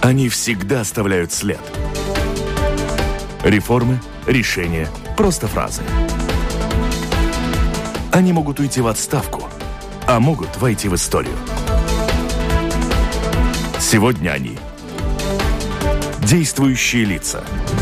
Они всегда оставляют след. Реформы, решения, просто фразы. Они могут уйти в отставку, а могут войти в историю. Сегодня они – действующие лица.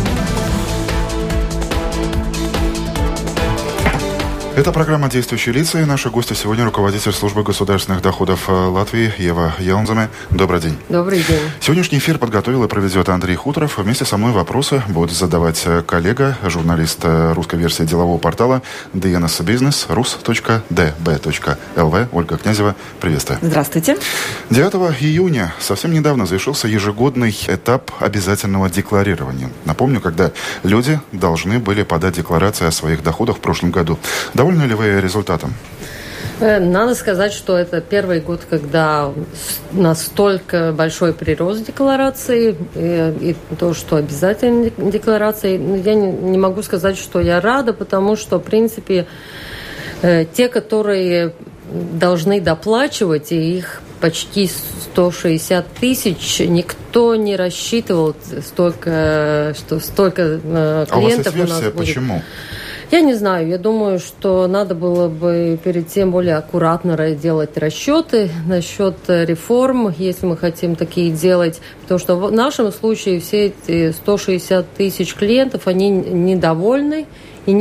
Это программа «Действующие лица», и наши гости сегодня руководитель службы государственных доходов Латвии Ева Яунземе. Добрый день. Добрый день. Сегодняшний эфир подготовил и проведет Андрей Хуторов. Вместе со мной вопросы будет задавать коллега, журналист русской версии делового портала DNS Business, rus.db.lv Ольга Князева. Приветствую. Здравствуйте. 9 июня совсем недавно завершился ежегодный этап обязательного декларирования. Напомню, когда люди должны были подать декларации о своих доходах в прошлом году. Довольны ли вы результатом? Надо сказать, что это первый год, когда настолько большой прирост деклараций, и то, что обязательно декларации. Я не могу сказать, что я рада, потому что, в принципе, те, которые должны доплачивать, и их почти 160 тысяч, никто не рассчитывал столько клиентов. А у вас есть версия, почему? Я не знаю, я думаю, что надо было бы перед тем более аккуратно делать расчеты насчет реформ, если мы хотим такие делать, потому что в нашем случае все эти 160 тысяч клиентов, они недовольны, и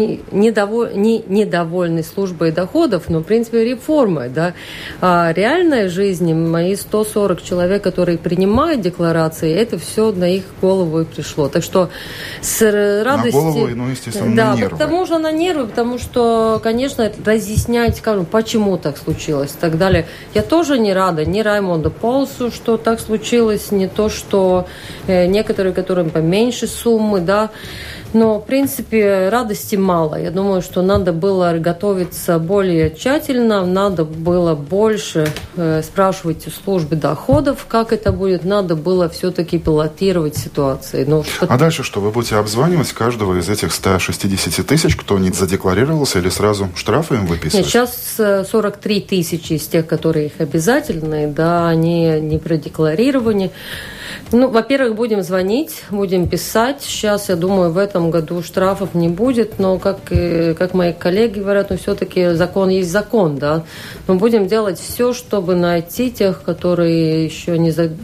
недовольны службой доходов, но, в принципе, реформой, да. А реальная жизнь, мои 140 человек, которые принимают декларации, это все на их голову и пришло. Так что с радостью... На голову, ну, естественно, да, на нервы. Потому что на нервы, потому что, конечно, разъяснять, скажем, почему так случилось и так далее. Я тоже не рада, ни Раймонду Полсу, что так случилось, не то, что некоторые, которым поменьше суммы, да. Но, в принципе, радости мало. Я думаю, что надо было готовиться более тщательно, надо было больше спрашивать у службы доходов, как это будет. Надо было все-таки пилотировать ситуации. А дальше что? Вы будете обзванивать каждого из этих 160 тысяч, кто не задекларировался, или сразу штрафы им выписывать? Нет, сейчас 43 тысячи из тех, которые их обязательные, да, они не продекларированы. Во-первых, будем звонить, будем писать. Сейчас, я думаю, в этом году штрафов не будет, но, как мои коллеги говорят, все-таки закон есть закон, да. Мы будем делать все, чтобы найти тех, которые еще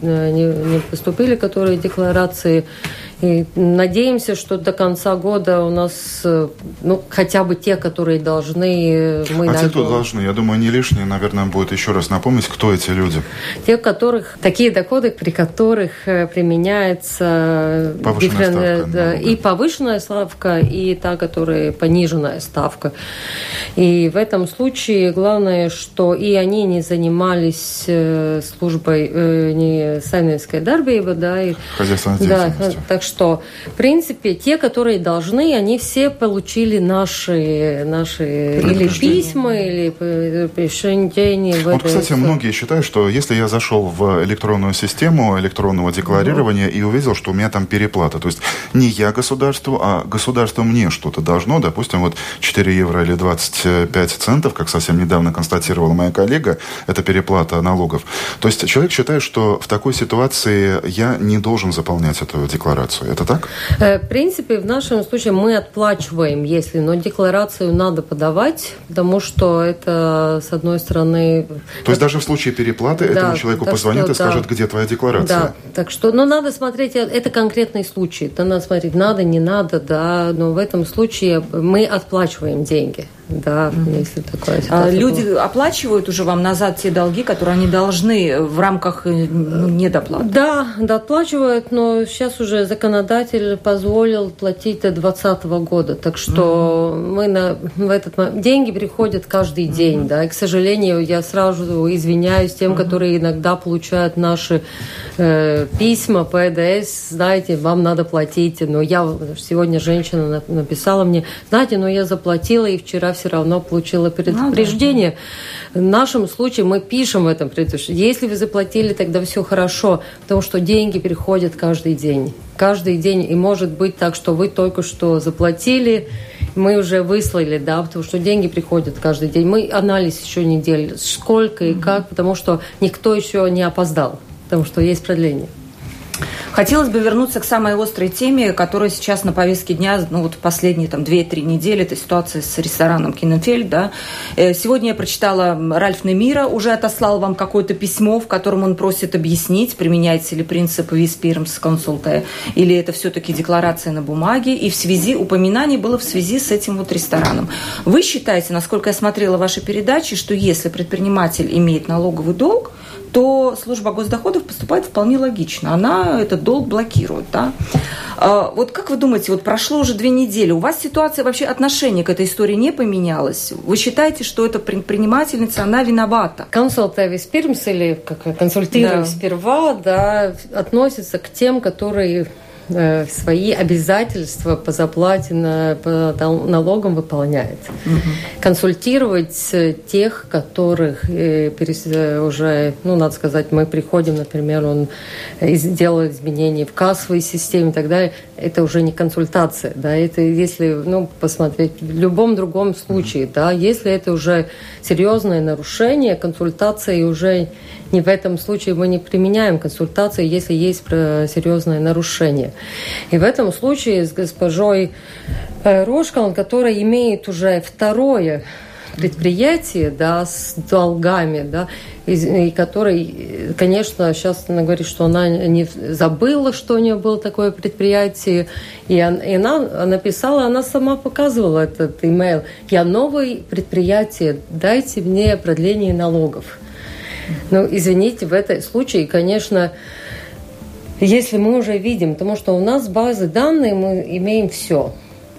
не поступили, которые декларации. И надеемся, что до конца года у нас, хотя бы те, которые должны, мы найдем. Те, кто должны, я думаю, не лишнее, наверное, будет еще раз напомнить, кто эти люди. Те, у которых такие доходы, при которых применяется повышенная ставка, и повышенная ставка, и та, которая пониженная ставка. И в этом случае главное, что и они не занимались службой, не saimnieciskajai darbība, да, и хозяйственной деятельностью. Так что, в принципе, те, которые должны, они все получили наши или письма, или решения. Кстати, многие считают, что если я зашел в электронную систему электронного декларирования и увидел, что у меня там переплата, то есть не я государству, а государство мне что-то должно, допустим, 4 евро или 25 центов, как совсем недавно констатировала моя коллега, это переплата налогов. То есть человек считает, что в такой ситуации я не должен заполнять эту декларацию. Это так? В принципе, в нашем случае мы отплачиваем, но декларацию надо подавать, потому что это, с одной стороны... То есть даже в случае переплаты этому человеку позвонят и скажут, где твоя декларация? Да, так что, надо смотреть, это конкретный случай, это надо смотреть, надо, не надо, да, но в этом случае мы отплачиваем деньги. Да, если такое. Люди оплачивают уже вам назад те долги, которые они должны в рамках недоплаты? Да, доплачивают, но сейчас уже законодатель позволил платить до 2020 года. Так что в этот момент деньги приходят каждый день. Да, и, к сожалению, я сразу извиняюсь тем, которые иногда получают наши письма, ПДС, знаете, вам надо платить. Но сегодня женщина написала мне, знаете, я заплатила и вчера все равно получила предупреждение. В нашем случае мы пишем в этом предупреждении. Если вы заплатили, тогда все хорошо, потому что деньги приходят каждый день. Каждый день. И может быть так, что вы только что заплатили, мы уже выслали, да, потому что деньги приходят каждый день. Мы анализ еще не делали, сколько и как, потому что никто еще не опоздал, потому что есть продление. Хотелось бы вернуться к самой острой теме, которая сейчас на повестке дня, последние 2-3 недели, это ситуация с рестораном Кинефельд, да. Сегодня я прочитала, Ральф Немира уже отослал вам какое-то письмо, в котором он просит объяснить, применяется ли принцип «Vispirms consultae», или это все-таки декларация на бумаге, и упоминание было в связи с этим рестораном. Вы считаете, насколько я смотрела ваши передачи, что если предприниматель имеет налоговый долг, то служба госдоходов поступает вполне логично. Она этот долг блокирует. Да? Как вы думаете, прошло уже 2 недели, у вас ситуация, вообще отношение к этой истории не поменялось? Вы считаете, что эта предпринимательница, она виновата? Consultae Vispirms, или консультируй сперва, да, относится к тем, которые свои обязательства по заплате по налогам выполняет. Консультировать тех, которых уже, надо сказать, мы приходим, например, он делает изменения в кассовой системе и так далее, это уже не консультация. Да, это если посмотреть в любом другом случае, да, если это уже серьезное нарушение, консультации уже не в этом случае мы не применяем консультации, если есть серьезное нарушение. И в этом случае с госпожой Рошкалн, которая имеет уже второе предприятие, да, с долгами, да, и который, конечно, сейчас она говорит, что она не забыла, что у нее было такое предприятие, и она написала, она сама показывала этот имейл: «Я новое предприятие, дайте мне продление налогов». Извините, в этом случае, конечно, если мы уже видим, потому что у нас базы данных, мы имеем всю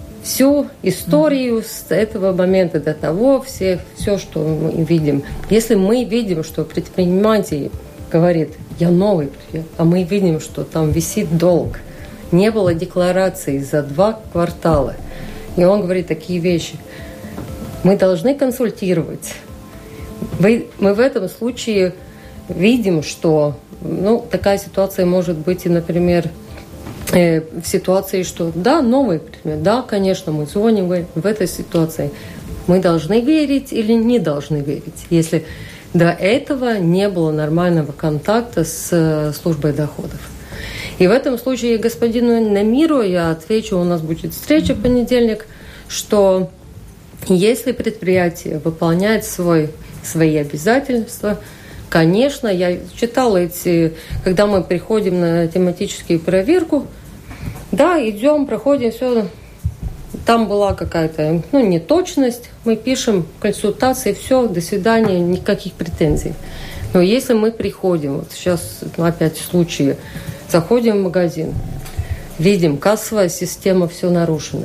историю с этого момента до того, все, что мы видим. Если мы видим, что предприниматель говорит: «Я новый предприниматель», а мы видим, что там висит долг, не было декларации за 2 квартала, и он говорит такие вещи, мы должны консультировать. Мы в этом случае видим, что такая ситуация может быть и, например, в ситуации, что да, новый предмет, да, конечно, мы звоним, говорим, в этой ситуации мы должны верить или не должны верить, если до этого не было нормального контакта с службой доходов. И в этом случае господину Немиру я отвечу, у нас будет встреча в понедельник, что если предприятие выполняет свои обязательства, конечно, я читала когда мы приходим на тематическую проверку, да, идем, проходим, все, там была какая-то неточность, мы пишем консультации, все, до свидания, никаких претензий. Но если мы приходим, сейчас опять в случае, заходим в магазин, видим, кассовая система, все нарушено,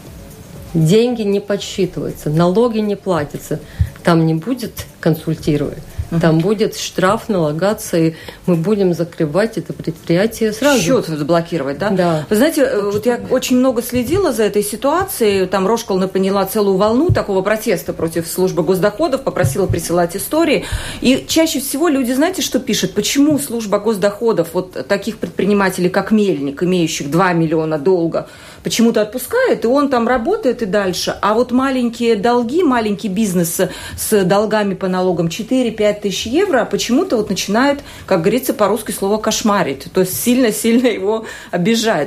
деньги не подсчитываются, налоги не платятся, там не будет консультировать. Там будет штраф налагаться, и мы будем закрывать это предприятие сразу. Счет заблокировать, да? Да. Вы знаете, я очень много следила за этой ситуацией. Там Рошкална поняла целую волну такого протеста против службы госдоходов, попросила присылать истории. И чаще всего люди, знаете, что пишут? Почему служба госдоходов таких предпринимателей, как Мельник, имеющих 2 миллиона долга, почему-то отпускает, и он там работает и дальше. А маленькие долги, маленький бизнес с долгами по налогам 4-5 тысяч евро почему-то начинает, как говорится по-русски, слово «кошмарить». То есть сильно-сильно его обижать.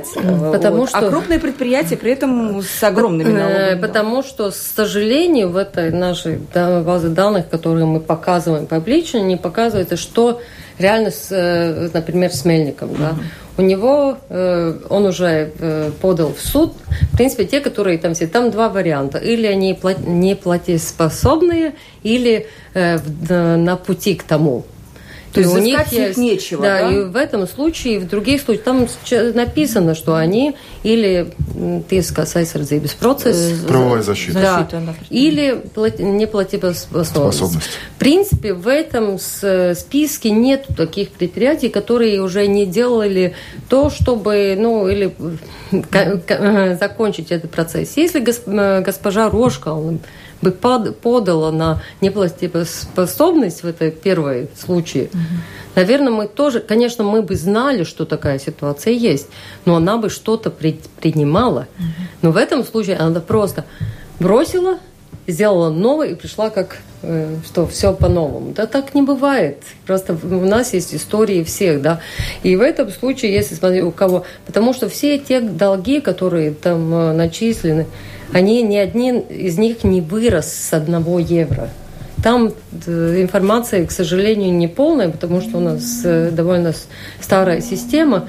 А крупные предприятия при этом с огромными налогами. Потому что, к сожалению, в этой нашей базе данных, которые мы показываем публично, не показывается, что реально, например, с Мельником. Да? У него, он уже подал в суд, в принципе, те, которые там все, там 2 варианта. Или они не платежеспособные, или на пути к тому. То есть у них есть нечего, да? И в этом случае, и в других случаях, там написано, что они или tiesiskās aizsardzības процесс, правовая защита, да, или неплатежеспособность. В принципе, в этом списке нет таких предприятий, которые уже не делали то, чтобы, или закончить этот процесс. Если госпожа Рошкална бы подала на неплатежеспособность в этой первой случае, наверное, мы тоже, конечно, мы бы знали, что такая ситуация есть, но она бы что-то принимала. Но в этом случае она просто бросила сделала новое и пришла как, что все по-новому. Да так не бывает. Просто у нас есть истории всех, да. И в этом случае, если смотреть у кого... Потому что все те долги, которые там начислены, ни один из них не вырос с 1 евро. Там информация, к сожалению, не полная, потому что у нас довольно старая система,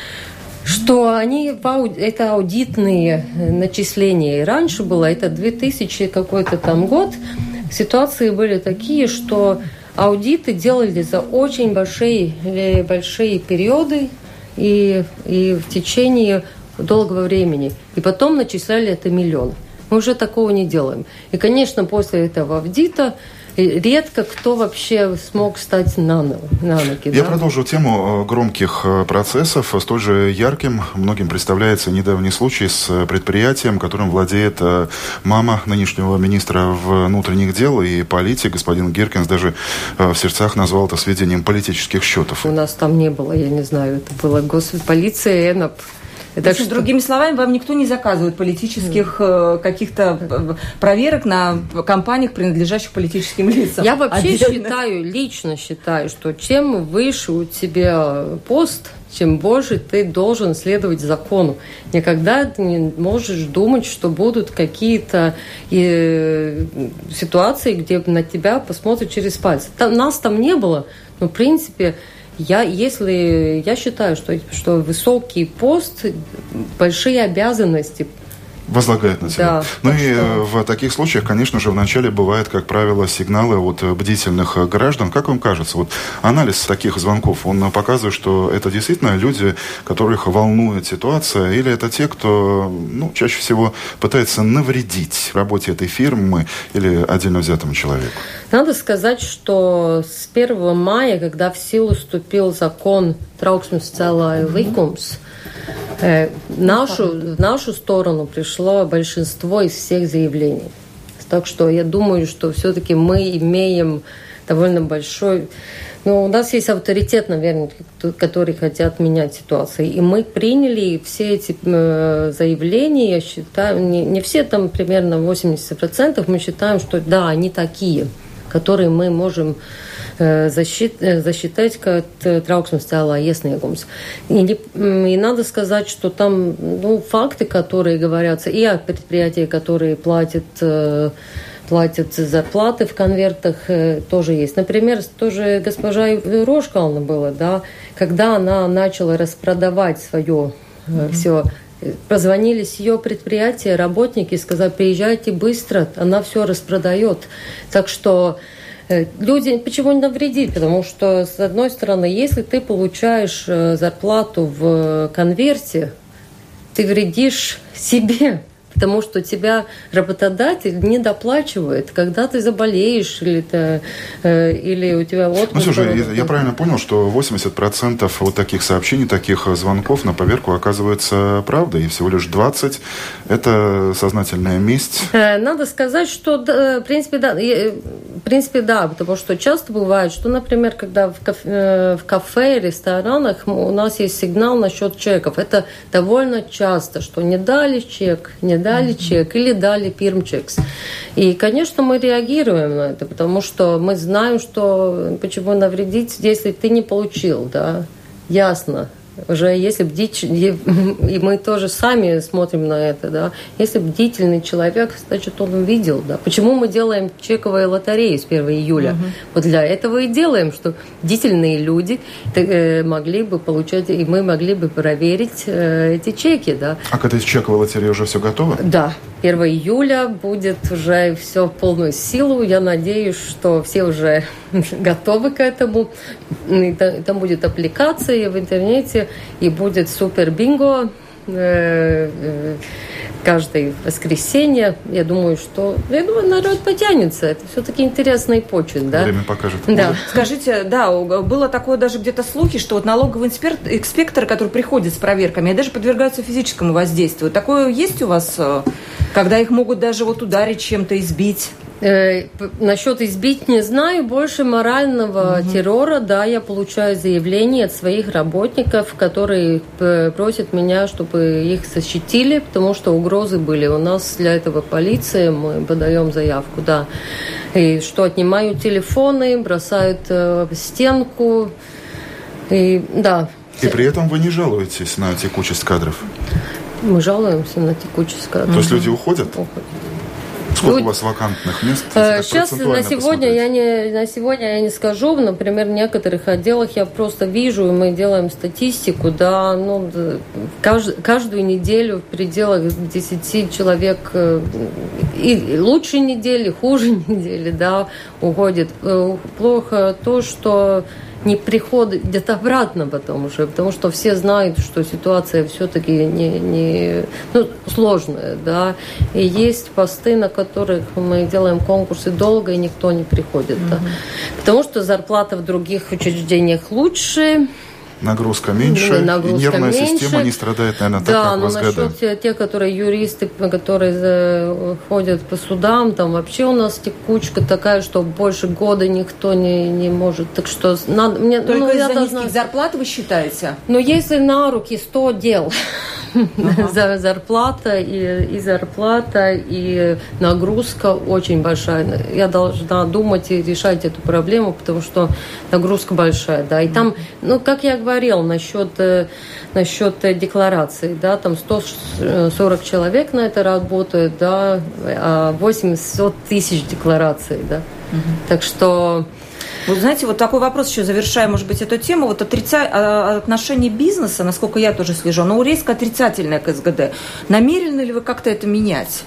что это аудитные начисления. И раньше было, это 2000 какой-то там год, ситуации были такие, что аудиты делали за очень большие периоды и в течение долгого времени. И потом начисляли это миллион. Мы уже такого не делаем. И, конечно, после этого аудита редко кто вообще смог стать на ноги. Я продолжу тему громких процессов. Столь же ярким многим представляется недавний случай с предприятием, которым владеет мама нынешнего министра внутренних дел и политики. Господин Гиркинс даже в сердцах назвал это сведением политических счетов. У нас там не было, я не знаю, это была полиция, ЭНОП. Что... Другими словами, вам никто не заказывает политических каких-то проверок на компаниях, принадлежащих политическим лицам? Я вообще лично считаю, что чем выше у тебя пост, чем больше ты должен следовать закону. Никогда ты не можешь думать, что будут какие-то ситуации, где на тебя посмотрят через пальцы. Нас там не было, но в принципе... Я считаю, что высокий пост, большие обязанности возлагает на себя. Да, ну и в таких случаях, конечно же, вначале бывают, как правило, сигналы от бдительных граждан. Как вам кажется, вот анализ таких звонков, он показывает, что это действительно люди, которых волнует ситуация, или это те, кто, чаще всего пытается навредить работе этой фирмы или отдельно взятому человеку? Надо сказать, что с 1 мая, когда в силу вступил закон Trauksmes cēlāju likums, в нашу сторону пришло большинство из всех заявлений. Так что я думаю, что все-таки мы имеем довольно большой... у нас есть авторитет, наверное, которые хотят менять ситуацию. И мы приняли все эти заявления, я считаю, не все, там примерно 80%, мы считаем, что да, они такие, которые мы можем засчитать как Trauksmes cēlāju iesniegums. И надо сказать, что там факты, которые говорятся, и о предприятиях, которые платят зарплаты в конвертах, тоже есть. Например, тоже госпожа Рошкална была, да, когда она начала распродавать свое все. Позвонили с ее предприятия работники, сказали, приезжайте быстро, она все распродает. Так что люди почему не навредить? Потому что, с одной стороны, если ты получаешь зарплату в конверте, ты вредишь себе, потому что тебя работодатель не доплачивает, когда ты заболеешь или у тебя отпуск. Слушай, я правильно понял, что 80% вот таких сообщений, таких звонков на поверку оказывается правдой, и всего лишь 20% это сознательная месть? Надо сказать, что в принципе, да, потому что часто бывает, что, например, когда в кафе, ресторанах у нас есть сигнал насчет чеков. Это довольно часто, что не дали чек или дали пирмчекс. И, конечно, мы реагируем на это, потому что мы знаем, что почему навредить, если ты не получил, да, ясно. Уже если и мы тоже сами смотрим на это, да, если бдительный человек, значит, он увидел, да. Почему мы делаем чековые лотереи с 1 июля? Вот для этого и делаем, что бдительные люди могли бы получать, и мы могли бы проверить эти чеки, да. А к этой чековой лотерее уже все готово? Да. 1 июля будет уже все в полную силу. Я надеюсь, что все уже готовы к этому. Там будет аппликация в интернете, и будет супер бинго каждое воскресенье. Я думаю, народ потянется. Это все-таки интересный почерк, да? Время покажет. Да. Скажите, да, было такое даже где-то слухи, что вот налоговый инспектор, который приходит с проверками, даже подвергаются физическому воздействию. Такое есть у вас, когда их могут даже вот ударить чем-то, избить? Насчет избить не знаю, больше морального террора, да, я получаю заявления от своих работников, которые просят меня, чтобы их защитили, потому что угрозы были. У нас для этого полиция, мы подаем заявку, да. И что отнимают телефоны, бросают в стенку, и да. И при этом вы не жалуетесь на текучесть кадров? Мы жалуемся на текучесть кадров. То есть люди уходят? Уходят. Сколько у вас вакантных мест? Сейчас на сегодня я не скажу. Например, в некоторых отделах я просто вижу, и мы делаем статистику, да, ну, каждую неделю в пределах 10 человек, и лучше недели, хуже недели, да, уходит. Плохо то, что не приходят обратно потому что все знают, что ситуация все-таки сложная, да, и есть посты, на которых мы делаем конкурсы долго, и никто не приходит, да, потому что зарплата в других учреждениях лучше, нагрузка меньше, и нервная система не страдает, наверное, так, как в СГД. Да, но насчет тех, которые юристы, которые ходят по судам, там вообще у нас текучка такая, что больше года никто не может. Так что надо... Только из-за низких зарплат вы считаете? Но если на руки 100 дел, зарплата и нагрузка очень большая. Я должна думать и решать эту проблему, потому что нагрузка большая, да. И там, как я говорила, насчет декларации, да, там 140 человек на это работают, да, а 800 тысяч деклараций, да. Так что... Вот знаете, вот такой вопрос еще, завершая, может быть, эту тему. Вот отношение бизнеса, насколько я тоже слежу, оно резко отрицательное к СГД. Намерены ли вы как-то это менять?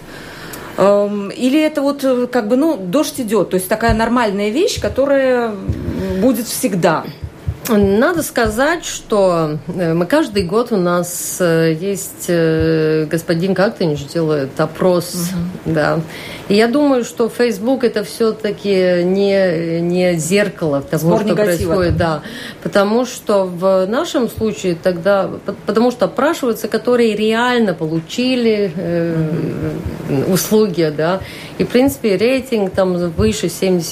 Или это вот как бы, дождь идет, то есть такая нормальная вещь, которая будет всегда? Надо сказать, что мы каждый год у нас есть господин Кактенич делает опрос, да. И я думаю, что Facebook это все-таки не зеркало того, что происходит, да. Потому что в нашем случае тогда, потому что опрашиваются, которые реально получили услуги, да. И в принципе рейтинг там выше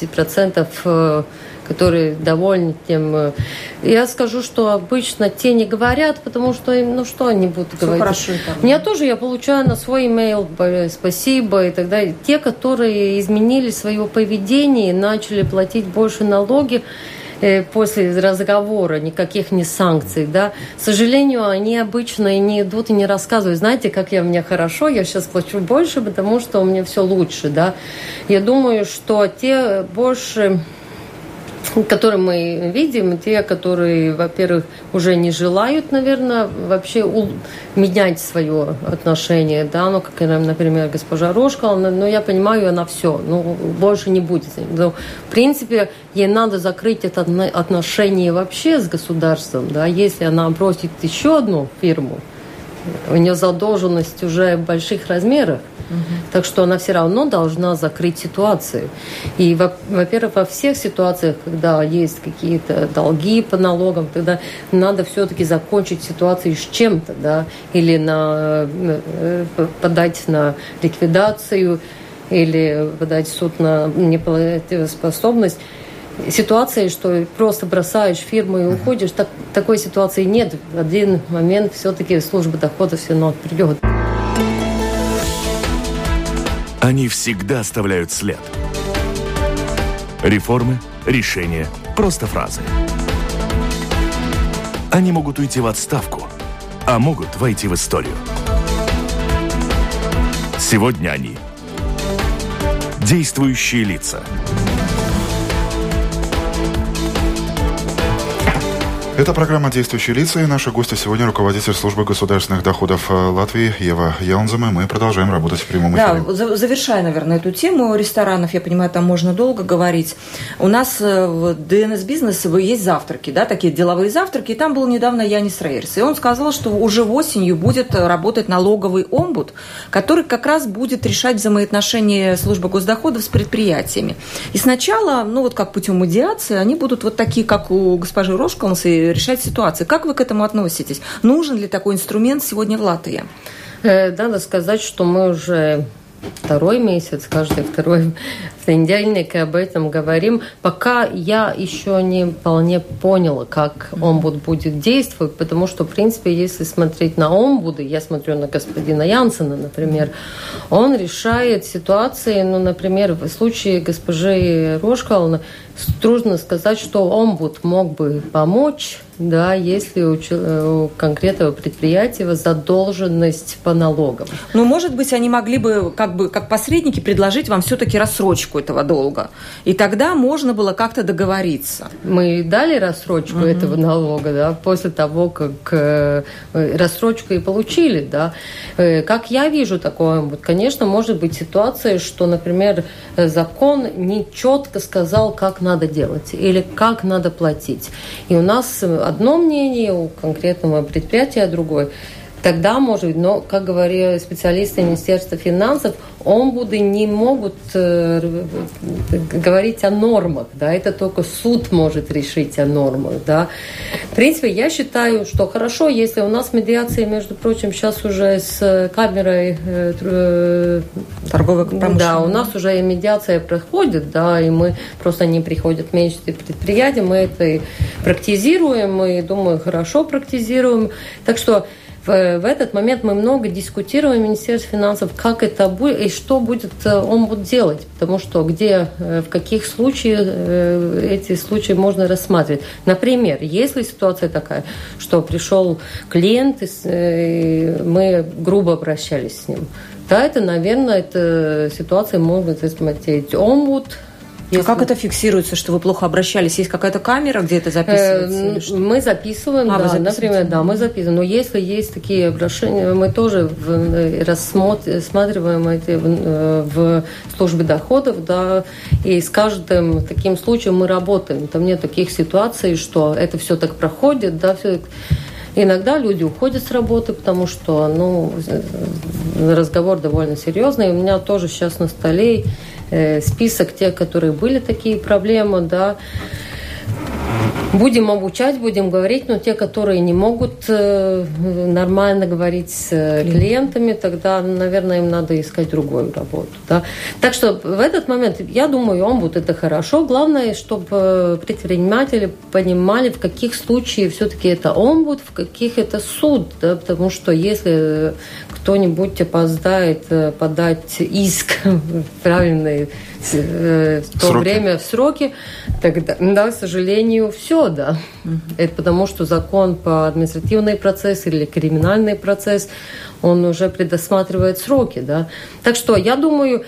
70%. Которые довольны тем. Я скажу, что обычно те не говорят, потому что, что они будут говорить? Хорошо, Меня тоже, я получаю на свой имейл спасибо и так далее. Те, которые изменили свое поведение, начали платить больше налоги после разговора, никаких не санкций, да. К сожалению, они обычно не идут и не рассказывают, знаете, как мне хорошо, я сейчас плачу больше, потому что у меня все лучше, да. Я думаю, что те больше... которые мы видим, те, которые, во-первых, уже не желают, наверное, вообще менять свое отношение, да, как, например, госпожа Рожкова, но я понимаю, она все, больше не будет. Но, в принципе, ей надо закрыть это отношение вообще с государством, да, если она бросит еще одну фирму, у нее задолженность уже в больших размерах. Так что она все равно должна закрыть ситуацию. И, во-первых, во всех ситуациях, когда есть какие-то долги по налогам, тогда надо все-таки закончить ситуацию с чем-то, да, или подать на ликвидацию, или подать в суд на неплатежеспособность. Ситуация, что просто бросаешь фирму и уходишь, такой ситуации нет. В один момент все-таки служба дохода все равно придет. Они всегда оставляют след. Реформы, решения, просто фразы. Они могут уйти в отставку, а могут войти в историю. Сегодня они – действующие лица. Это программа «Действующие лица», и наши гости сегодня руководитель службы государственных доходов Латвии Ева Яунземе. Мы продолжаем работать в прямом эфире. Да, завершая, наверное, эту тему ресторанов, я понимаю, там можно долго говорить. У нас в ДНС Бизнес есть завтраки, да, такие деловые завтраки, и там был недавно Янис Рейерс, и он сказал, что уже осенью будет работать налоговый омбуд, который как раз будет решать взаимоотношения службы госдоходов с предприятиями. И сначала, как путем медиации, они будут вот такие, как у госпожи Рожкалнс, решать ситуацию. Как вы к этому относитесь? Нужен ли такой инструмент сегодня в Латвии? Надо сказать, что мы уже второй месяц, каждый понедельник об этом говорим. Пока я еще не вполне поняла, как омбуд будет действовать, потому что, в принципе, если смотреть на омбуда, я смотрю на господина Янсена, например, он решает ситуации, например, в случае госпожи Рошкалны, трудно сказать, что омбуд мог бы помочь, да, если у конкретного предприятия задолженность по налогам. Может быть, они могли бы, как посредники, предложить вам все-таки рассрочку этого долга. И тогда можно было как-то договориться. Мы дали рассрочку этого налога, да, после того, как рассрочку и получили, да. Как я вижу такое, конечно, может быть ситуация, что, например, закон не четко сказал, как надо делать или как надо платить. И у нас одно мнение, у конкретного предприятия другое. Тогда, может быть, но, как говорили специалисты Министерства финансов, омбуды не могут говорить о нормах, да, это только суд может решить о нормах, да. В принципе, я считаю, что хорошо, если у нас медиация, между прочим, сейчас уже с камерой торговой промышленности. Да, у нас уже медиация проходит, да, и мы просто не приходят меньшие предприятия, мы это и практизируем, и, думаю, хорошо практизируем, так что в этот момент мы много дискутируем в Министерстве финансов, как это будет и что будет омбуд делать, потому что в каких случаях эти случаи можно рассматривать. Например, если ситуация такая, что пришел клиент, и мы грубо обращались с ним, да, это, наверное, эта ситуация может рассмотреть омбуд. А как это фиксируется, что вы плохо обращались? Есть какая-то камера, где это записывается? Мы записываем, например, мы записываем. Но если есть такие обращения, мы тоже рассматриваем это в службе доходов, да, и с каждым таким случаем мы работаем. Там нет таких ситуаций, что это все так проходит, да, все. Иногда люди уходят с работы, потому что, разговор довольно серьезный. У меня тоже сейчас на столе список тех, которые были такие проблемы, да. Будем обучать, будем говорить, но те, которые не могут нормально говорить с клиентами, тогда, наверное, им надо искать другую работу. Да? Так что в этот момент, я думаю, омбуд это хорошо. Главное, чтобы предприниматели понимали, в каких случаях все-таки это омбуд, в каких это суд. Да? Потому что если кто-нибудь опоздает подать иск в правильное в то время, в сроки, тогда, да, к сожалению, все, да. Это потому, что закон по административный процесс или криминальный процесс, он уже предусматривает сроки, да. Так что, я думаю,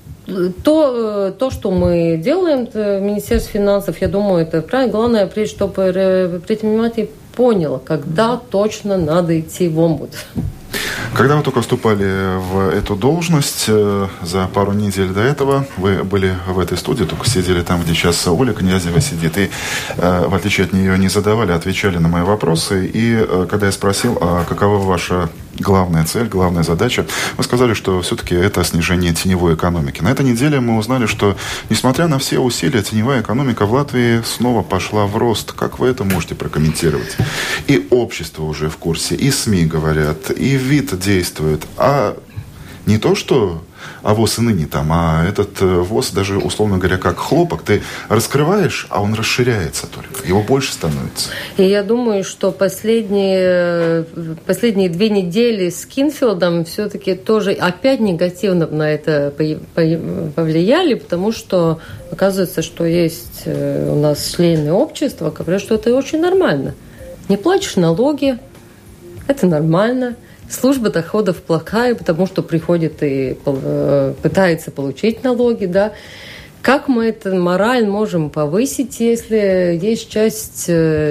то, что мы делаем в Министерстве финансов, я думаю, это правильно. Главное, чтобы предприниматель понял, когда точно надо идти в омбуд. Когда вы только вступали в эту должность, за пару недель до этого, вы были в этой студии, только сидели там, где сейчас Оля Князева сидит, и, в отличие от нее, не задавали, отвечали на мои вопросы. И когда я спросил, а какова ваша главная цель, главная задача, вы сказали, что все-таки это снижение теневой экономики. На этой неделе мы узнали, что, несмотря на все усилия, теневая экономика в Латвии снова пошла в рост. Как вы это можете прокомментировать? И общество уже в курсе, и СМИ говорят, и ВИД действует. А не то, что АВОЗ и ныне там, а этот ВОЗ даже, условно говоря, как хлопок, ты раскрываешь, а он расширяется только, его больше становится. И я думаю, что последние 2 недели с Кинфилдом все-таки тоже опять негативно на это повлияли, потому что оказывается, что есть у нас члены общества, говорят, что это очень нормально. Не платишь налоги, это нормально. Служба доходов плохая, потому что приходит и пытается получить налоги, да. Как мы эту мораль можем повысить, если есть часть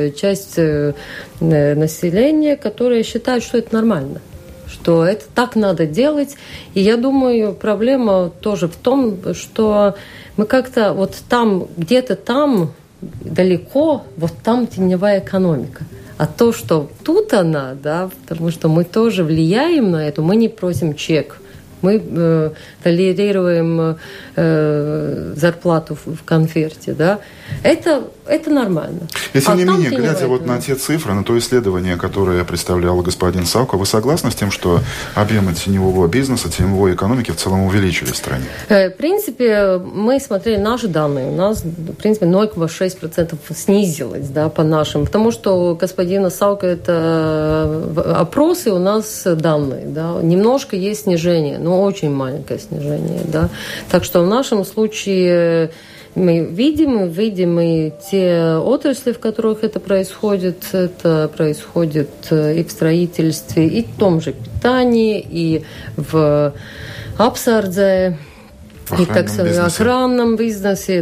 населения, которая считает, что это нормально, что это так надо делать. И я думаю, проблема тоже в том, что мы как-то вот там, где-то там, далеко, вот там теневая экономика. А то, что тут она, да, потому что мы тоже влияем на это, мы не просим чек, мы толерируем зарплату в конверте, да, это это нормально. И тем не менее, глядя вот на те цифры, на то исследование, которое представлял господин Саука, вы согласны с тем, что объемы теневого бизнеса, теневой экономики в целом увеличились в стране? В принципе, мы смотрели наши данные. У нас, в принципе, 0,6% снизилось, да, по нашим. Потому что у господина Саука это опросы, у нас данные. Да. Немножко есть снижение, но очень маленькое снижение. Да. Так что в нашем случае мы видим и те отрасли, в которых это происходит и в строительстве, и в том же питании, и в апсардзе, и в охранном бизнесе,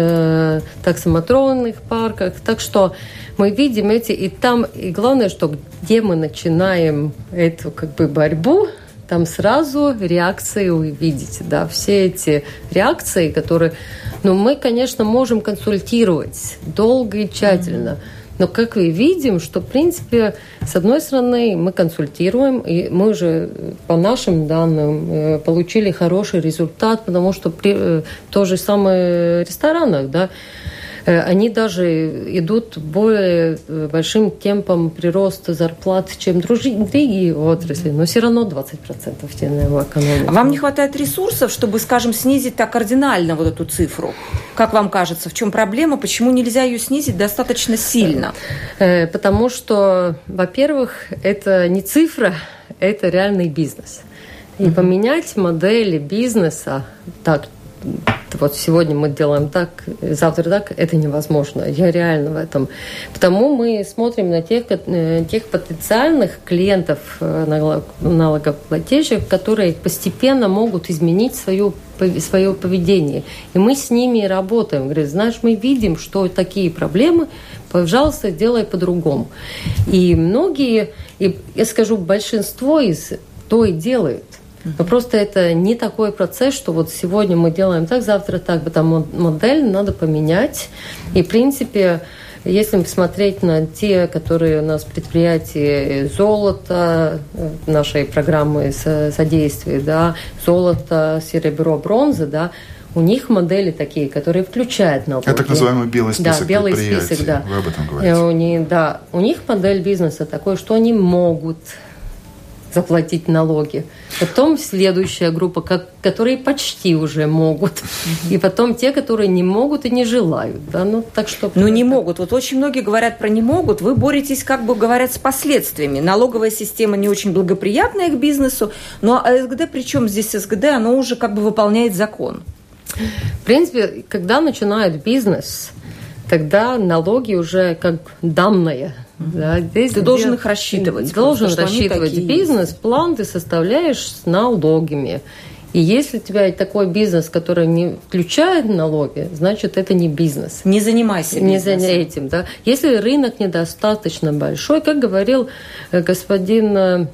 таксомоторных парках. Так что мы видим эти, и главное, что где мы начинаем эту борьбу, там сразу реакции увидите, да, все эти реакции, которые, мы, конечно, можем консультировать долго и тщательно, но как мы видим, что, в принципе, с одной стороны, мы консультируем, и мы же по нашим данным получили хороший результат, потому что при то же самое ресторанах, да, они даже идут более большим темпом прироста зарплат, чем другие отрасли, но все равно 20% теневой экономики. А вам не хватает ресурсов, чтобы, скажем, снизить так кардинально вот эту цифру? Как вам кажется, в чем проблема? Почему нельзя ее снизить достаточно сильно? Потому что, во-первых, это не цифра, это реальный бизнес. И поменять модели бизнеса так, вот сегодня мы делаем так, завтра так, это невозможно. Я реально в этом. Потому мы смотрим на тех потенциальных клиентов, налогоплательщиков, которые постепенно могут изменить свое поведение. И мы с ними работаем. Говорят, знаешь, мы видим, что такие проблемы, пожалуйста, делай по-другому. И многие, я скажу, большинство из то и делают. Но просто это не такой процесс, что вот сегодня мы делаем так, завтра так, потому модель надо поменять. И, в принципе, если посмотреть на те, которые у нас предприятия золото, нашей программы содействия, да, золото, серебро, бронза, да, у них модели такие, которые включают налоги. Это так называемый белый список, да, белый список, да. Вы об этом говорите. У них модель бизнеса такой, что они могут заплатить налоги. Потом следующая группа, которые почти уже могут. И потом те, которые не могут и не желают. Да? Не могут. Вот очень многие говорят про не могут. Вы боретесь, говорят, с последствиями. Налоговая система не очень благоприятная к бизнесу. А СГД, причем здесь СГД, оно уже выполняет закон. В принципе, когда начинает бизнес, тогда налоги уже как данные. Да, здесь ты должен их рассчитывать. Должен рассчитывать бизнес-план, ты составляешь с налогами. И если у тебя такой бизнес, который не включает налоги, значит, это не бизнес. Не занимайся бизнесом. Не этим, да. Если рынок недостаточно большой, как говорил господин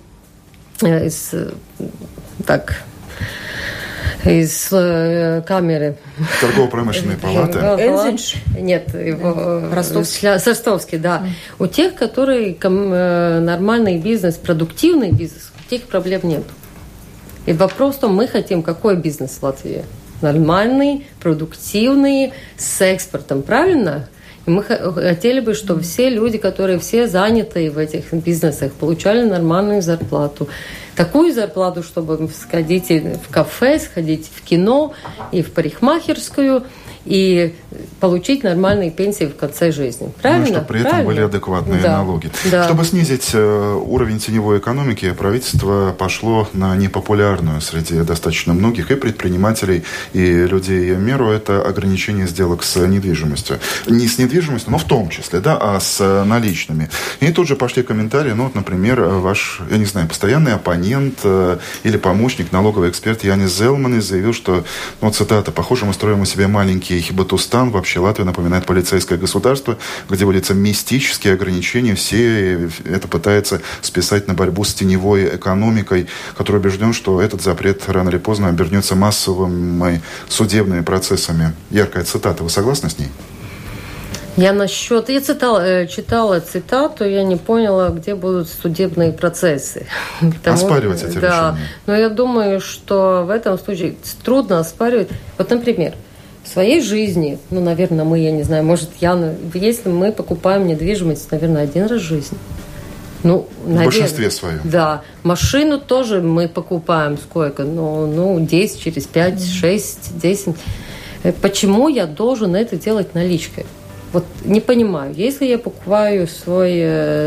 из камеры. Торгово-промышленной палаты. Энзинш? Нет, Ростовский, да. У тех, которые нормальный бизнес, продуктивный бизнес, у тех проблем нет. И вопрос в том, мы хотим какой бизнес в Латвии? Нормальный, продуктивный, с экспортом, правильно? И мы хотели бы, чтобы все люди, которые все заняты в этих бизнесах, получали нормальную зарплату. Такую зарплату, чтобы сходить в кафе, сходить в кино и в парикмахерскую и получить нормальные пенсии в конце жизни. Правильно? Чтобы при этом были адекватные налоги. Да. Чтобы снизить уровень теневой экономики, правительство пошло на непопулярную среди достаточно многих и предпринимателей, и людей меру. Это ограничение сделок с недвижимостью. Не с недвижимостью, но в том числе, да, а с наличными. И тут же пошли комментарии, например, ваш, я не знаю, постоянный оппонент или помощник, налоговый эксперт Янис Зелманис заявил, что, цитата, «Похоже, мы строим у себя маленький Хибатустан, вообще Латвия напоминает полицейское государство, где вводятся мистические ограничения, все это пытается списать на борьбу с теневой экономикой, который убежден, что этот запрет рано или поздно обернется массовыми судебными процессами». Яркая цитата. Вы согласны с ней? Я читала цитату, я не поняла, где будут судебные процессы. Оспаривать эти решения. Но я думаю, что в этом случае трудно оспаривать. Вот, например, в своей жизни, наверное, я не знаю, может, если мы покупаем недвижимость, наверное, один раз в жизни. Наверное, в большинстве своем. Да. Машину тоже мы покупаем сколько? 10, через 5, 6, 10. Почему я должен это делать наличкой? Вот не понимаю. Если я покупаю свое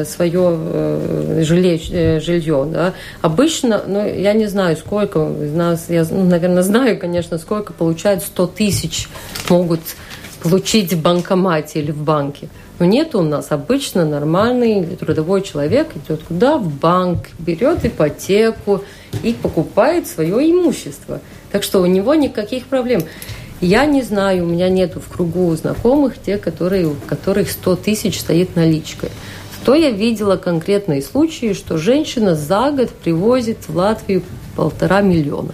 жилье, да, обычно, я не знаю, сколько из нас, я, наверное, знаю, конечно, сколько получают 100 тысяч могут получить в банкомате или в банке. Но нет у нас. Обычно нормальный трудовой человек идет куда? В банк, берет ипотеку и покупает свое имущество. Так что у него никаких проблем. Я не знаю, у меня нету в кругу знакомых те, у которых 100 тысяч стоит наличкой. То я видела конкретные случаи, что женщина за год привозит в Латвию 1,5 миллиона.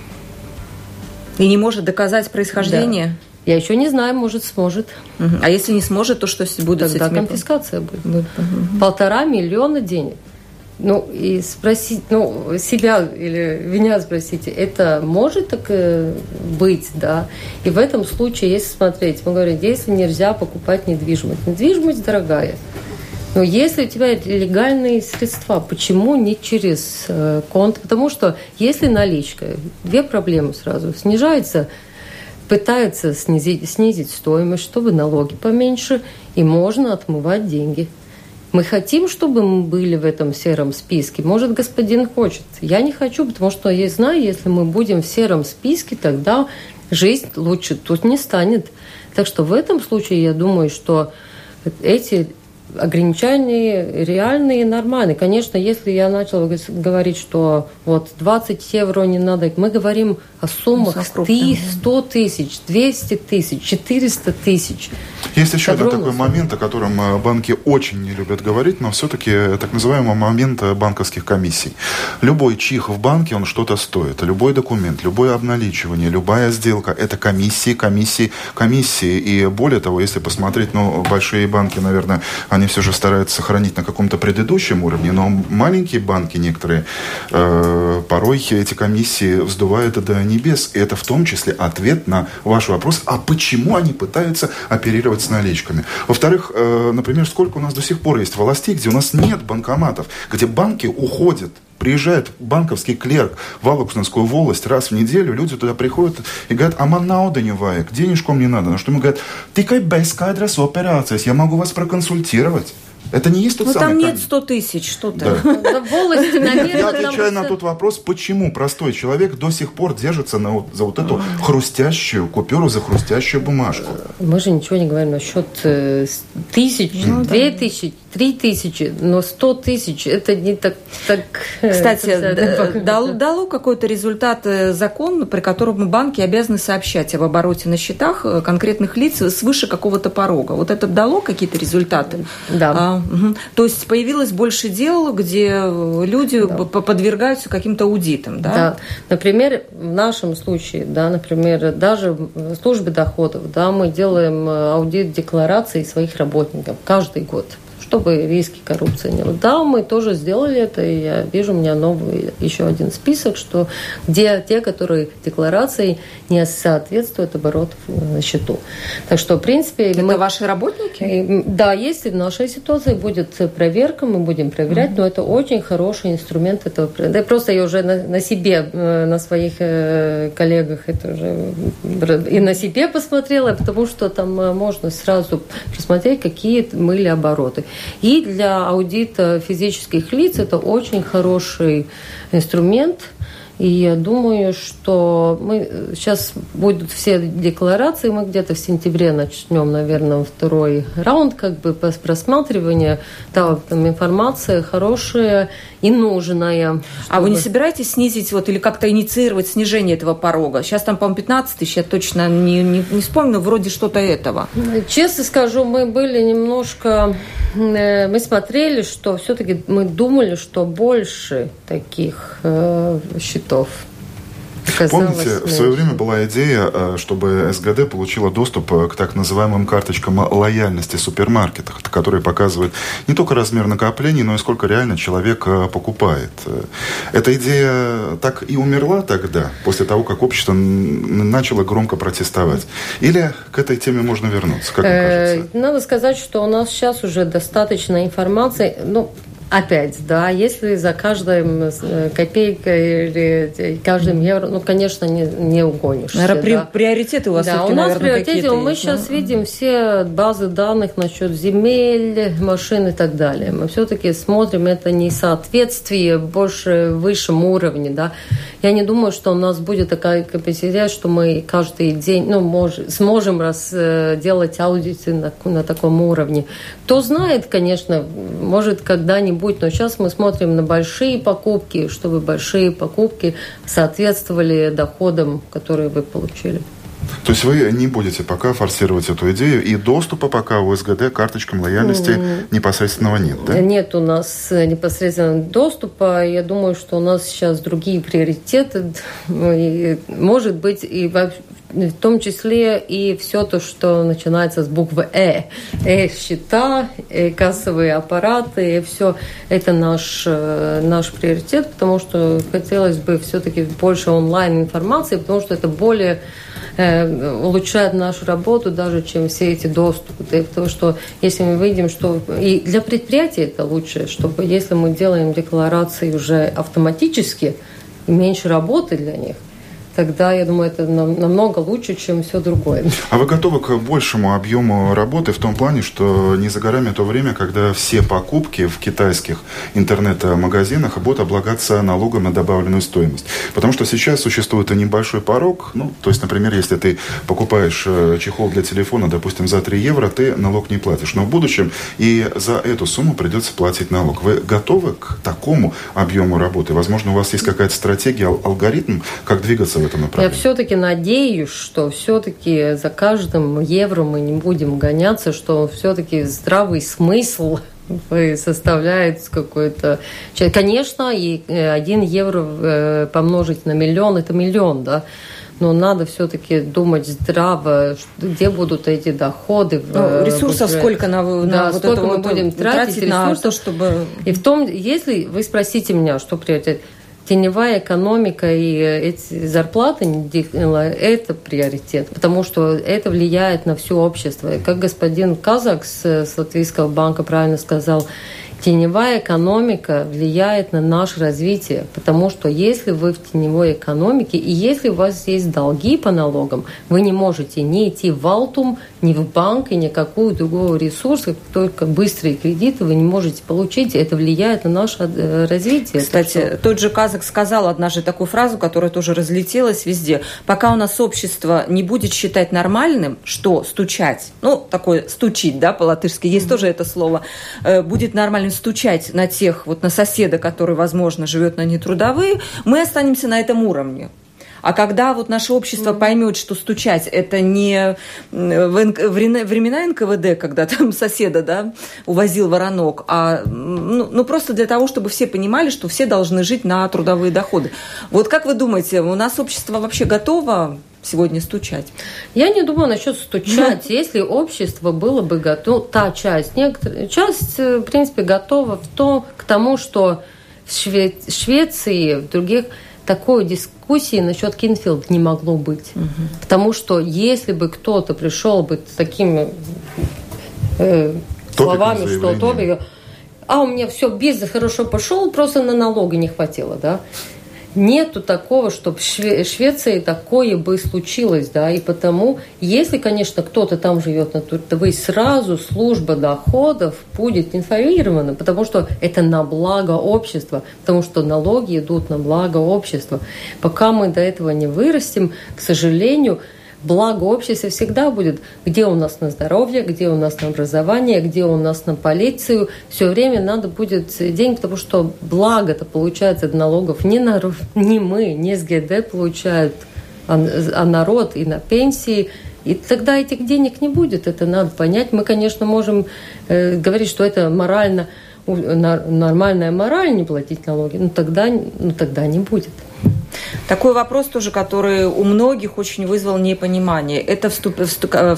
И не может доказать происхождение? Да. Я еще не знаю, может, сможет. А если не сможет, то что будет с этими? Тогда конфискация будет. 1,5 миллиона денег. И спросить, себя или меня спросите, это может так быть, да? И в этом случае, если смотреть, мы говорим, если нельзя покупать недвижимость. Недвижимость дорогая. Но если у тебя легальные средства, почему не через конт? Потому что если наличка, две проблемы сразу. Снижается, пытается снизить стоимость, чтобы налоги поменьше, и можно отмывать деньги. Мы хотим, чтобы мы были в этом сером списке. Может, господин хочет. Я не хочу, потому что я знаю, если мы будем в сером списке, тогда жизнь лучше тут не станет. Так что в этом случае я думаю, что эти ограничения реальные и нормальные. Конечно, если я начала говорить, что 20 евро не надо, мы говорим о суммах 100 тысяч, 200 тысяч, 400 тысяч. Есть еще один такой момент, о котором банки очень не любят говорить, но все-таки так называемый момент банковских комиссий. Любой чих в банке, он что-то стоит. Любой документ, любое обналичивание, любая сделка – это комиссии. И более того, если посмотреть, большие банки, наверное, они все же стараются сохранить на каком-то предыдущем уровне, но маленькие банки некоторые порой эти комиссии вздувают до небес. И это в том числе ответ на ваш вопрос, а почему они пытаются оперировать с наличками. Во-вторых, например, сколько у нас до сих пор есть властей, где у нас нет банкоматов, где банки уходят. Приезжает банковский клерк в Алуксненскую волость раз в неделю, люди туда приходят и говорят, а man nauda не vajag, денежку мне надо. На что ему говорят, tikai bez skaidras operācijas, я могу вас проконсультировать. Это не есть тот самый... там нет 100 тысяч, что-то. Да. Я отвечаю на тот вопрос, почему простой человек до сих пор держится за эту хрустящую купюру, за хрустящую бумажку. Мы же ничего не говорим насчет 1000, 2000, 3000, но 100 тысяч это не так... Кстати, дало какой-то результат закон, при котором банки обязаны сообщать об обороте на счетах конкретных лиц свыше какого-то порога. Вот это дало какие-то результаты? Да. То есть появилось больше дел, где люди подвергаются каким-то аудитам, да? Да. Например, в нашем случае, даже в службе доходов, мы делаем аудит деклараций своих работников каждый год, чтобы риски коррупции не было. Да, мы тоже сделали это, и я вижу, у меня новый еще один список, где те, которые декларации не соответствуют обороту на счету. Так что, в принципе... Это ваши работники? Да, если в нашей ситуации будет проверка, мы будем проверять, но это очень хороший инструмент этого. Да, просто я уже на себе, на своих коллегах это уже и на себе посмотрела, потому что там можно сразу посмотреть, какие были обороты. И для аудита физических лиц это очень хороший инструмент. И я думаю, что сейчас будут все декларации, мы где-то в сентябре начнем, наверное, второй раунд просматривания. Да, там информация хорошая и нужная. А вы не собираетесь снизить или как-то инициировать снижение этого порога? Сейчас там, по-моему, 15 тысяч, я точно не вспомню, вроде что-то этого. Честно скажу, мы были немножко... Мы смотрели, что все-таки мы думали, что больше таких счетов. Помните, в свое время была идея, чтобы СГД получила доступ к так называемым карточкам лояльности в супермаркетах, которые показывают не только размер накоплений, но и сколько реально человек покупает. Эта идея так и умерла тогда, после того, как общество начало громко протестовать? Или к этой теме можно вернуться? Как вам кажется? Надо сказать, что у нас сейчас уже достаточно информации. Опять, да, если за каждой копейкой или каждым евро, конечно, не угонишься. Наверное, приоритеты у вас все-таки, у нас наверное, приоритеты, мы сейчас видим все базы данных насчет земель, машин и так далее. Мы все-таки смотрим это несоответствие больше высшему уровню, да. Я не думаю, что у нас будет такая капацитет, что мы каждый день, сможем делать аудиты на таком уровне. Кто знает, конечно, может когда-нибудь, но сейчас мы смотрим на большие покупки, чтобы большие покупки соответствовали доходам, которые вы получили. То есть вы не будете пока форсировать эту идею, и доступа пока у СГД к карточкам лояльности непосредственного нет, да? Нет у нас непосредственного доступа. Я думаю, что у нас сейчас другие приоритеты. Может быть, и в том числе и все то, что начинается с буквы счета, кассовые аппараты, и все это наш приоритет, потому что хотелось бы все-таки больше онлайн-информации, потому что это более улучшает нашу работу даже, чем все эти доступы. Потому что если мы видим, что и для предприятий это лучше, чтобы если мы делаем декларации уже автоматически, меньше работы для них, тогда, я думаю, это намного лучше, чем все другое. А вы готовы к большему объему работы в том плане, что не за горами то время, когда все покупки в китайских интернет-магазинах будут облагаться налогом на добавленную стоимость? Потому что сейчас существует и небольшой порог. То есть, например, если ты покупаешь чехол для телефона, допустим, за 3 евро, ты налог не платишь. Но в будущем и за эту сумму придется платить налог. Вы готовы к такому объему работы? Возможно, у вас есть какая-то стратегия, алгоритм, как двигаться в этом направлении? Я все-таки надеюсь, что все-таки за каждым евро мы не будем гоняться, что все-таки здравый смысл составляет какой-то... Конечно, и 1 евро помножить на миллион – это миллион, да? Но надо все-таки думать здраво, где будут эти доходы. Ресурсов сколько сколько мы будем тратить на то, чтобы... И в том, если вы спросите меня, что приоритет, теневая экономика и эти зарплаты – это приоритет, потому что это влияет на все общество. И как господин Казак с Латвийского банка правильно сказал, теневая экономика влияет на наше развитие, потому что если вы в теневой экономике, и если у вас есть долги по налогам, вы не можете ни идти в Алтум, ни в банк, и никакую другого ресурса, только быстрые кредиты вы не можете получить. Это влияет на наше развитие. Кстати, тот же Казак сказал однажды такую фразу, которая тоже разлетелась везде. Пока у нас общество не будет считать нормальным, что стучать, такое стучить, да, по-латышски, есть тоже это слово, будет нормальным стучать на тех, на соседа, который, возможно, живет на нетрудовые, мы останемся на этом уровне. А когда наше общество поймет, что стучать это не времена НКВД, когда там соседа, да, увозил воронок, а просто для того, чтобы все понимали, что все должны жить на трудовые доходы. Как вы думаете, у нас общество вообще готово сегодня стучать? Я не думаю насчет стучать. Если общество было бы готово, та часть, в принципе, готова к тому, что в Швеции, в других такой дискуссии насчет Кинфилд не могло быть. Потому что если бы кто-то пришел бы с такими словами, что топик, у меня все, бизнес хорошо пошел, просто на налоги не хватило, да. Нету такого, чтобы в Швеции такое бы случилось, да, и потому, если, конечно, кто-то там живет на трудовые, сразу служба доходов будет информирована, потому что это на благо общества, потому что налоги идут на благо общества. Пока мы до этого не вырастем, к сожалению, благо общества всегда будет, где у нас на здоровье, где у нас на образование, где у нас на полицию. Все время надо будет деньги, потому что благо-то получается от налогов не мы, не СГД получают, а народ и на пенсии. И тогда этих денег не будет, это надо понять. Мы, конечно, можем говорить, что это нормальная мораль не платить налоги, но тогда не будет. Такой вопрос тоже, который у многих очень вызвал непонимание. Это с 1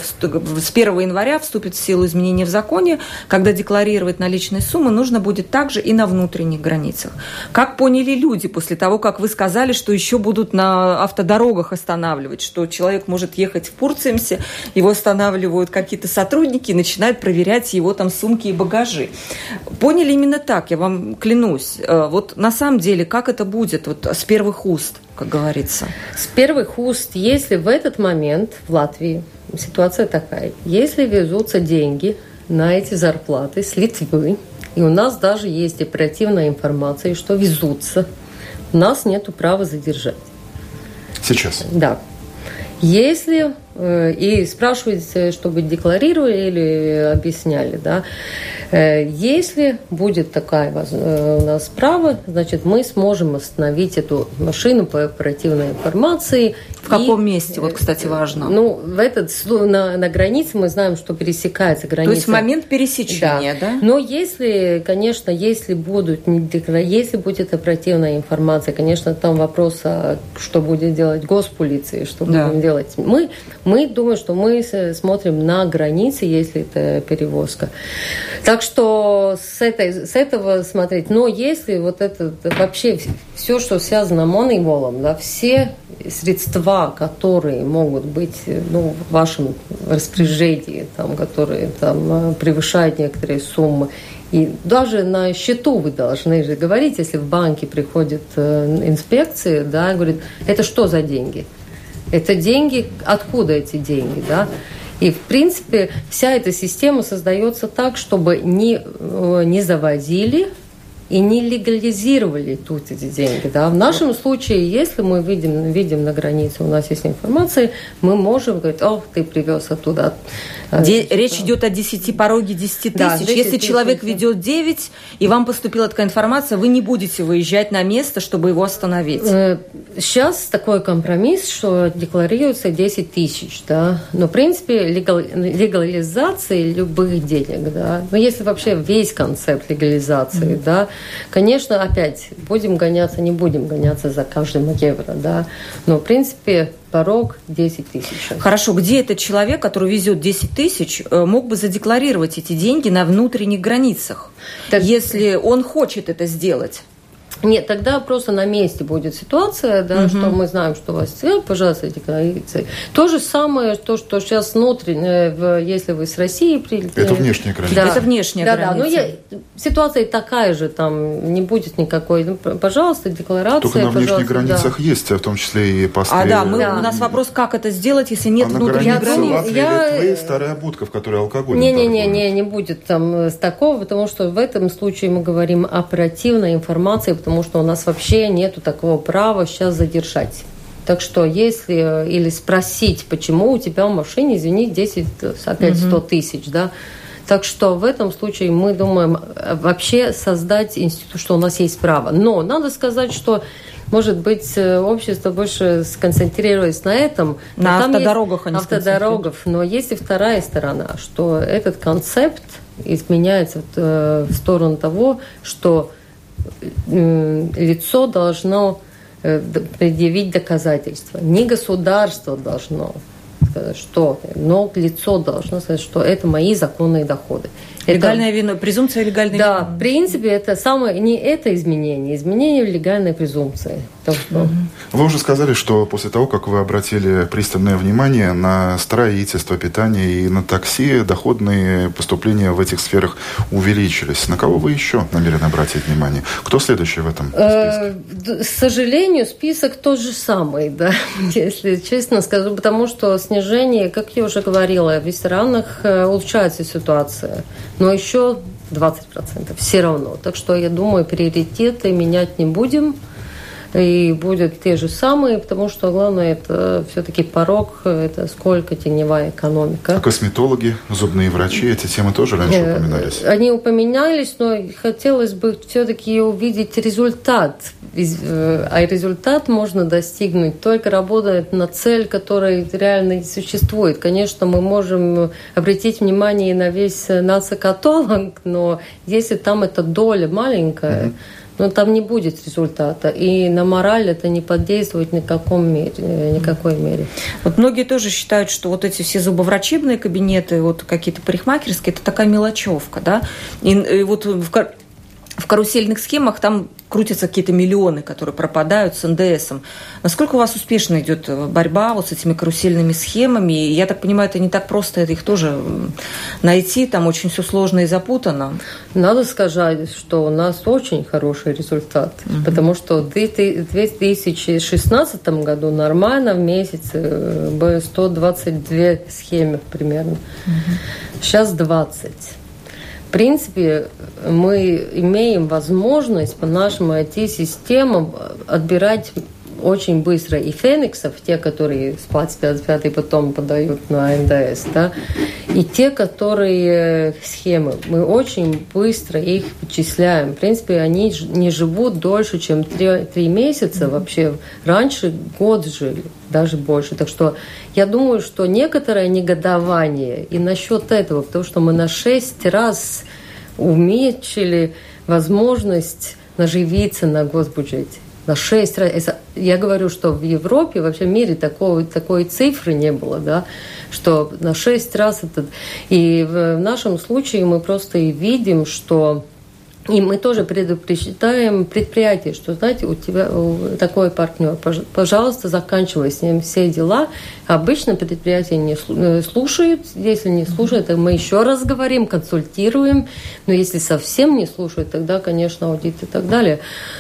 января вступит в силу изменения в законе, когда декларировать наличные суммы нужно будет также и на внутренних границах. Как поняли люди после того, как вы сказали, что еще будут на автодорогах останавливать, что человек может ехать в Пурцемсе, его останавливают какие-то сотрудники и начинают проверять его там сумки и багажи. Поняли именно так, я вам клянусь. Вот на самом деле, как это будет вот с первых уст, как говорится? С первых уст, если в этот момент в Латвии ситуация такая, если везутся деньги на эти зарплаты с Литвы, и у нас даже есть оперативная информация, что везутся, у нас нет права задержать. Сейчас? Да. Если, и спрашиваете, чтобы декларировали или объясняли, да, если будет такая у нас право, значит, мы сможем остановить эту машину по оперативной информации. В каком месте? Вот, кстати, важно. Ну, на границе мы знаем, что пересекается граница. То есть в момент пересечения, да? Но если, конечно, если будет оперативная информация, конечно, там вопрос, что будет делать госполиция, что будем делать. Мы думаем, что мы смотрим на границе, если это перевозка. Так что с этого смотреть. Но если вот это вообще все, что связано с Moneyval, да, все средства, которые могут быть в вашем распоряжении, там, которые там, превышают некоторые суммы, и даже на счету вы должны же говорить, если в банке приходит инспекция, да, говорит, это что за деньги? Это деньги, откуда эти деньги, да? И, в принципе, вся эта система создается так, чтобы не завозили и не легализировали тут эти деньги. Да? В нашем случае, если мы видим на границе, у нас есть информация, мы можем говорить, ты привез оттуда. Речь идет о пороге 10 тысяч. Да, 10 если тысяч, человек ведет 9, и вам поступила такая информация, вы не будете выезжать на место, чтобы его остановить. Сейчас такой компромисс, что декларируется 10 тысяч. Да? Но, в принципе, легализации любых денег, да? Но если вообще весь концепт легализации, да, конечно, опять не будем гоняться за каждым евро, да, но, в принципе, порог 10 тысяч. Хорошо, где этот человек, который везет 10 тысяч, мог бы задекларировать эти деньги на внутренних границах, если он хочет это сделать? Нет, тогда просто на месте будет ситуация, да, что мы знаем, что у вас цель, пожалуйста, декларируйте. То же самое, что сейчас внутреннее, если вы с России прилетели. Это внешняя граница. Да. Это внешняя граница. Но ситуация такая же, там не будет никакой. Пожалуйста, декларация. Только на внешних границах есть, в том числе и посты. У нас вопрос, как это сделать, если нет внутренних границ. Латвии, Литвы, старая будка, в которой алкоголь не будет там с такого, потому что в этом случае мы говорим о оперативной информации, потому что у нас вообще нету такого права сейчас задержать. Так что если или спросить, почему у тебя в машине, извини, 100 тысяч, да. Так что в этом случае мы думаем вообще создать институт, что у нас есть право. Но надо сказать, что может быть, общество больше сконцентрируется на этом. На автодорогах, а не автодорогах. Но есть и вторая сторона, что этот концепт изменяется в сторону того, что лицо должно предъявить доказательства. Не государство должно сказать, что, но лицо должно сказать, что это мои законные доходы. Легальная вина, презумпция легальной вины. Да, в принципе, это самое, не это изменение в легальной презумпции. Вы уже сказали, что после того, как вы обратили пристальное внимание на строительство, питание и на такси, доходные поступления в этих сферах увеличились. На кого вы еще намерены обратить внимание? Кто следующий в этом списке? К сожалению, список тот же самый, да, если честно скажу, потому что снижение, как я уже говорила, в ресторанах улучшается ситуация. Но еще 20% все равно. Так что, я думаю, приоритеты менять не будем. И будут те же самые, потому что главное, это все-таки порог, это сколько теневая экономика. А косметологи, зубные врачи, эти темы тоже раньше упоминались? Они упоминались, но хотелось бы все-таки увидеть результат. А результат можно достигнуть только работая на цель, которая реально существует. Конечно, мы можем обратить внимание на весь нацикаталог, но если там эта доля маленькая, но там не будет результата. И на мораль это не подействует ни в никакой мере. Вот многие тоже считают, что вот эти все зубоврачебные кабинеты, вот какие-то парикмахерские, это такая мелочевка, да? И вот в карусельных схемах там крутятся какие-то миллионы, которые пропадают с НДСом. Насколько у вас успешно идет борьба вот с этими карусельными схемами? И я так понимаю, это не так просто их тоже найти, там очень все сложно и запутано. Надо сказать, что у нас очень хороший результат, потому что в 2016 году нормально в месяц было 122 схемы примерно. Сейчас 20. В принципе, мы имеем возможность по нашим IT-системам отбирать очень быстро и фениксов, те, которые с 25 и потом подают на НДС, да, и те, которые схемы. Мы очень быстро их вычисляем. В принципе, они не живут дольше, чем 3 месяца. Вообще, раньше год жили, даже больше. Так что я думаю, что некоторое негодование и насчет этого, потому что мы на 6 раз уменьшили возможность наживиться на госбюджете. На 6 раз. Я говорю, что в Европе, вообще в мире такой цифры не было, да, что на 6 раз это... И в нашем случае мы просто и видим, что... И мы тоже предупреждаем предприятие, что, знаете, у тебя такой партнер, пожалуйста, заканчивай с ним все дела. Обычно предприятие не слушают. Если не слушают, то мы еще раз говорим, консультируем. Но если совсем не слушают, тогда, конечно, аудит и так далее.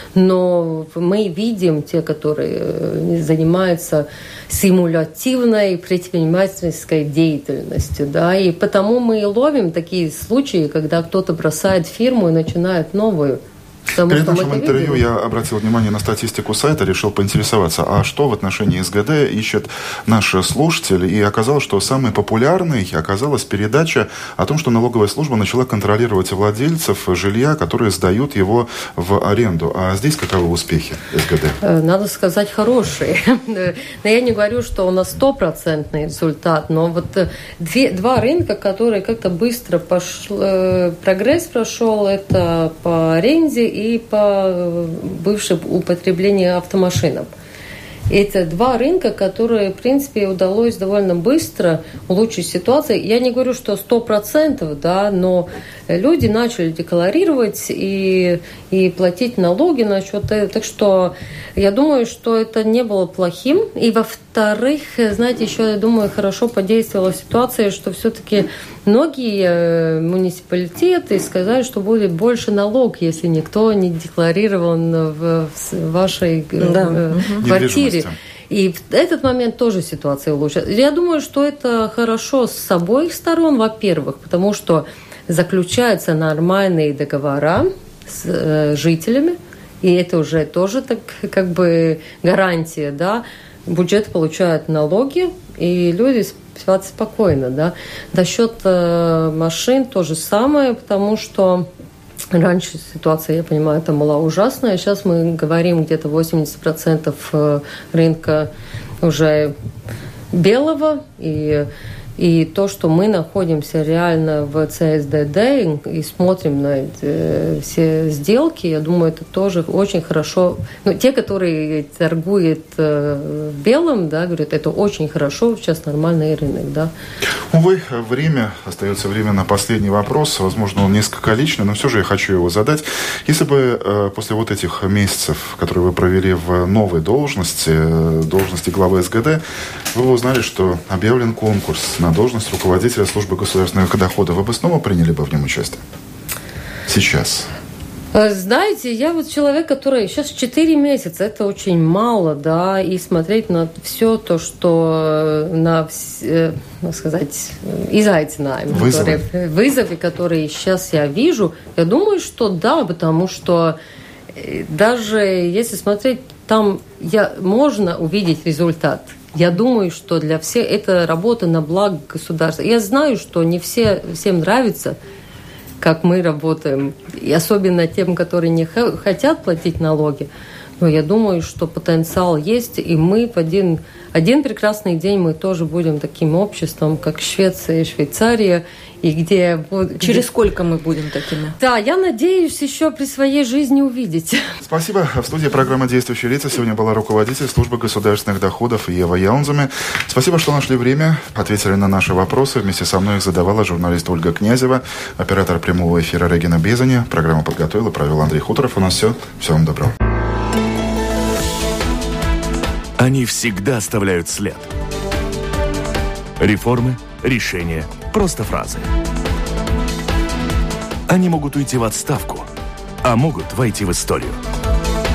Но мы видим те, которые занимаются симулятивной предпринимательской деятельностью, да, и потому мы и ловим такие случаи, когда кто-то бросает фирму и начинает новую. Перед нашим интервью я обратил внимание на статистику сайта, решил поинтересоваться, а что в отношении СГД ищет наш слушатель, и оказалось, что самой популярной оказалась передача о том, что налоговая служба начала контролировать владельцев жилья, которые сдают его в аренду. А здесь каковы успехи СГД? Надо сказать, хорошие. Но я не говорю, что у нас 100% результат, но вот два рынка, которые как-то быстро прогресс прошел, это по аренде и по бывшему употреблению автомашинам. Это два рынка, которые, в принципе, удалось довольно быстро улучшить ситуацию. Я не говорю, что 100%, да, но люди начали декларировать и платить налоги насчет этого. Так что я думаю, что это не было плохим. И, во-вторых, знаете, еще, я думаю, хорошо подействовала ситуация, что все-таки многие муниципалитеты сказали, что будет больше налог, если никто не декларирован в вашей квартире. И в этот момент тоже ситуация улучшилась. Я думаю, что это хорошо с обоих сторон, во-первых, потому что заключаются нормальные договора с жителями, и это уже тоже так как бы гарантия, да. Бюджет получает налоги, и люди спят спокойно, да. Насчет машин то же самое, потому что раньше ситуация, я понимаю, это была ужасная. Сейчас мы говорим, где-то 80% рынка уже белого. И то, что мы находимся реально в ЦСДД и смотрим на все сделки, я думаю, это тоже очень хорошо. Ну, те, которые торгуют белым, да, говорят, это очень хорошо, сейчас нормальный рынок, да. Увы, остается время на последний вопрос. Возможно, он несколько личный, но все же я хочу его задать. Если бы после вот этих месяцев, которые вы провели в новой должности главы СГД, вы узнали, что объявлен конкурс на должность руководителя службы государственных доходов, вы бы снова приняли бы в нем участие? Сейчас. Знаете, я вот человек, который сейчас 4 месяца, это очень мало, да, и смотреть на все то, что вызовы, которые сейчас я вижу, я думаю, что да, потому что даже если смотреть, там можно увидеть результат. Я думаю, что для всех это работа на благо государства. Я знаю, что не всем нравится, как мы работаем, и особенно тем, которые не хотят платить налоги. Но я думаю, что потенциал есть, и мы в один прекрасный день мы тоже будем таким обществом, как Швеция и Швейцария, и где... Через сколько мы будем такими? Да, я надеюсь еще при своей жизни увидеть. Спасибо. В студии программы «Действующие лица» сегодня была руководитель службы государственных доходов Ева Яунземе. Спасибо, что нашли время, ответили на наши вопросы. Вместе со мной их задавала журналист Ольга Князева, оператор прямого эфира Регина Безаня. Программу подготовил и провел Андрей Хуторов. У нас все. Всего вам доброго. Они всегда оставляют след. Реформы, решения, просто фразы. Они могут уйти в отставку, а могут войти в историю.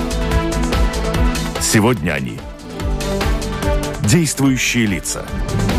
Сегодня они – действующие лица.